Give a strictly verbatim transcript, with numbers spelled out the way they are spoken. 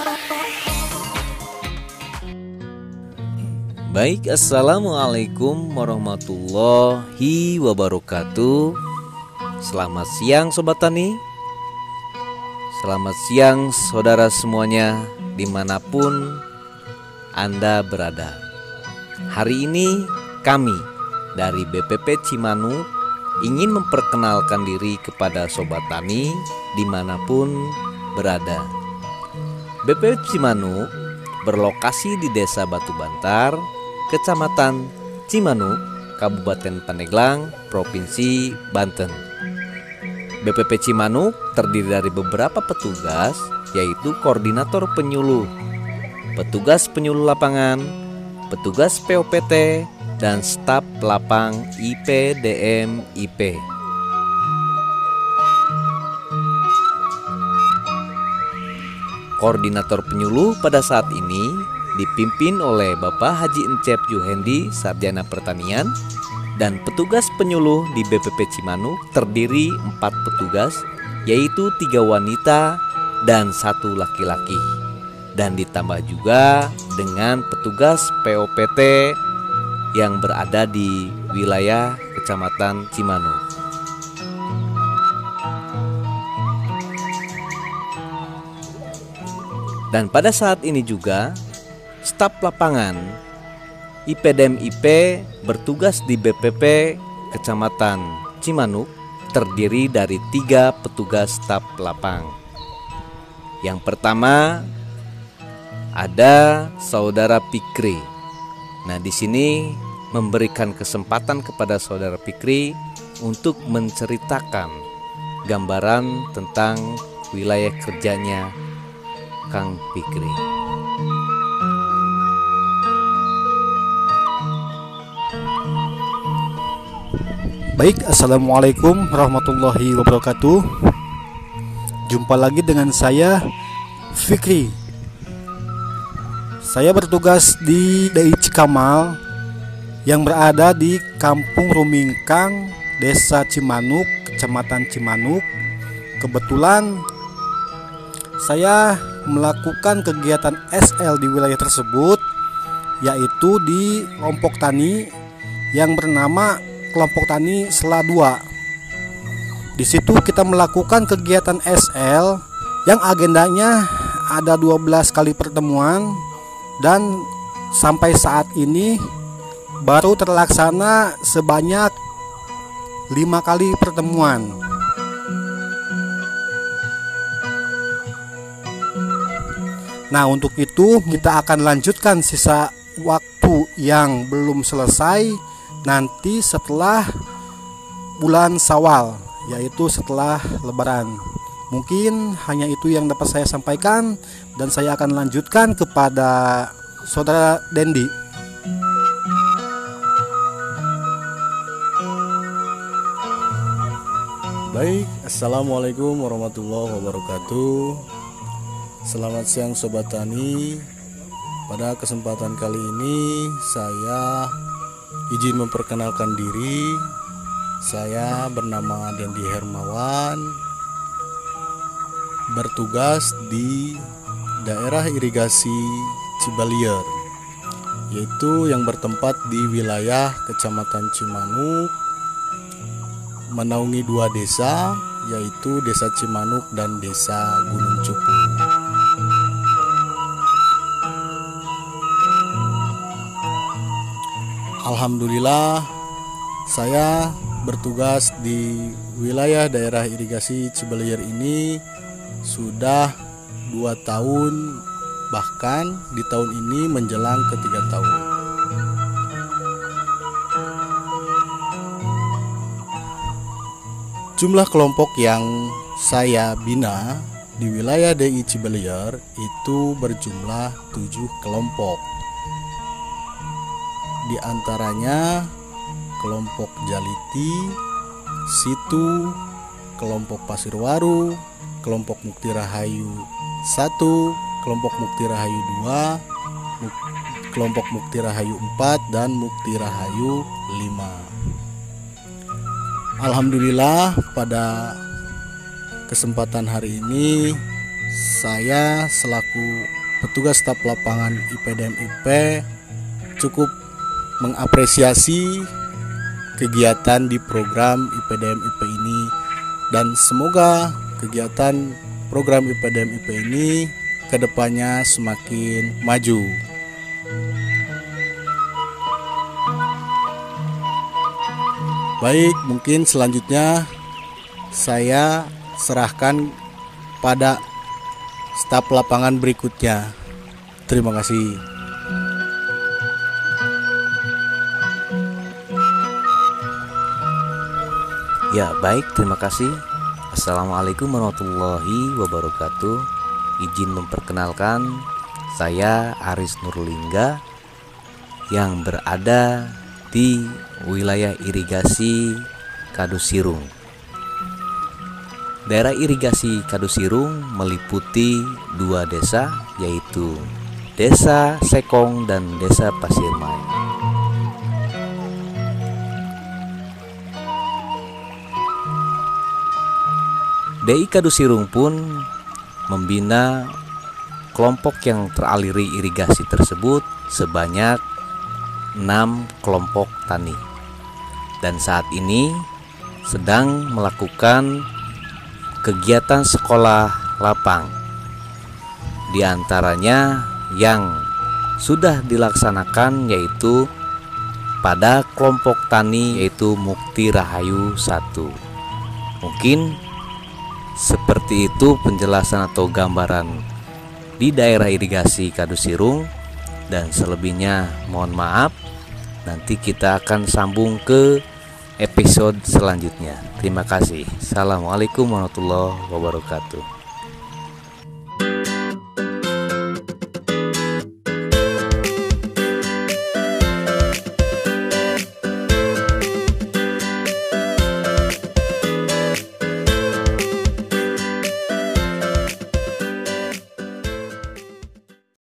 Baik, assalamualaikum warahmatullahi wabarakatuh. Selamat siang Sobat Tani. Selamat siang saudara semuanya dimanapun Anda berada. Hari ini kami dari B P P Cimanuk ingin memperkenalkan diri kepada Sobat Tani dimanapun berada. B P P Cimanuk berlokasi di Desa Batu Bantar, Kecamatan Cimanuk, Kabupaten Pandeglang, Provinsi Banten. B P P Cimanuk terdiri dari beberapa petugas, yaitu koordinator penyuluh, petugas penyuluh lapangan, petugas P O P T, dan staf lapang I P D M I P. Koordinator penyuluh pada saat ini dipimpin oleh Bapak Haji Encep Juhendi, Sarjana Pertanian, dan petugas penyuluh di B P P Cimanuk terdiri empat petugas, yaitu tiga wanita dan satu laki-laki, dan ditambah juga dengan petugas P O P T yang berada di wilayah Kecamatan Cimanuk. Dan pada saat ini juga staf lapangan I P D M I P bertugas di B P P Kecamatan Cimanuk terdiri dari tiga petugas staf lapang. Yang pertama ada Saudara Fikri. Nah, di sini memberikan kesempatan kepada Saudara Fikri untuk menceritakan gambaran tentang wilayah kerjanya Kang Fikri. Baik, assalamualaikum warahmatullahi wabarakatuh. Jumpa lagi dengan saya, Fikri. Saya bertugas di D I Cikamal yang berada di Kampung Rumingkang, Desa Cimanuk, Kecamatan Cimanuk. Kebetulan saya melakukan kegiatan S L di wilayah tersebut, yaitu di kelompok tani yang bernama Kelompok Tani Sela dua. Di situ kita melakukan kegiatan S L yang agendanya ada dua belas kali pertemuan, dan sampai saat ini baru terlaksana sebanyak lima kali pertemuan. Nah, untuk itu kita akan lanjutkan sisa waktu yang belum selesai nanti setelah bulan Syawal, yaitu setelah Lebaran. Mungkin hanya itu yang dapat saya sampaikan, dan saya akan lanjutkan kepada Saudara Dendi. Baik, assalamualaikum warahmatullahi wabarakatuh. Selamat siang Sobat Tani. Pada kesempatan kali ini saya izin memperkenalkan diri. Saya bernama Dendi Hermawan, bertugas di daerah irigasi Cibalier, yaitu yang bertempat di wilayah Kecamatan Cimanuk, menaungi dua desa, yaitu Desa Cimanuk dan Desa Gunung Cupu. Alhamdulillah, saya bertugas di wilayah daerah irigasi Cibalier ini sudah dua tahun, bahkan di tahun ini menjelang ketiga tahun. Jumlah kelompok yang saya bina di wilayah D I Cibalier itu berjumlah tujuh kelompok. Di antaranya kelompok Jaliti, Situ, kelompok Pasirwaru, kelompok Mukti Rahayu satu, kelompok Mukti Rahayu dua, kelompok Mukti Rahayu empat, dan Mukti Rahayu lima. Alhamdulillah, pada kesempatan hari ini saya selaku petugas staf lapangan I P D M I P cukup mengapresiasi kegiatan di program I P D M I P ini, dan semoga kegiatan program I P D M I P ini kedepannya semakin maju. Baik, mungkin selanjutnya saya serahkan pada staf lapangan berikutnya. Terima kasih. Ya, baik, terima kasih. Assalamualaikum warahmatullahi wabarakatuh. Izin memperkenalkan, saya Aris Nurlingga yang berada di wilayah irigasi Kadusirung. Daerah irigasi Kadusirung meliputi dua desa, yaitu Desa Sekong dan Desa Pasirmai. D I Kadusirung pun membina kelompok yang teraliri irigasi tersebut sebanyak enam kelompok tani, dan saat ini sedang melakukan kegiatan sekolah lapang. Di antaranya yang sudah dilaksanakan yaitu pada kelompok tani yaitu Mukti Rahayu satu. Mungkin seperti itu penjelasan atau gambaran di daerah irigasi Kadusirung, dan selebihnya mohon maaf. Nanti kita akan sambung ke episode selanjutnya. Terima kasih. Assalamualaikum warahmatullahi wabarakatuh.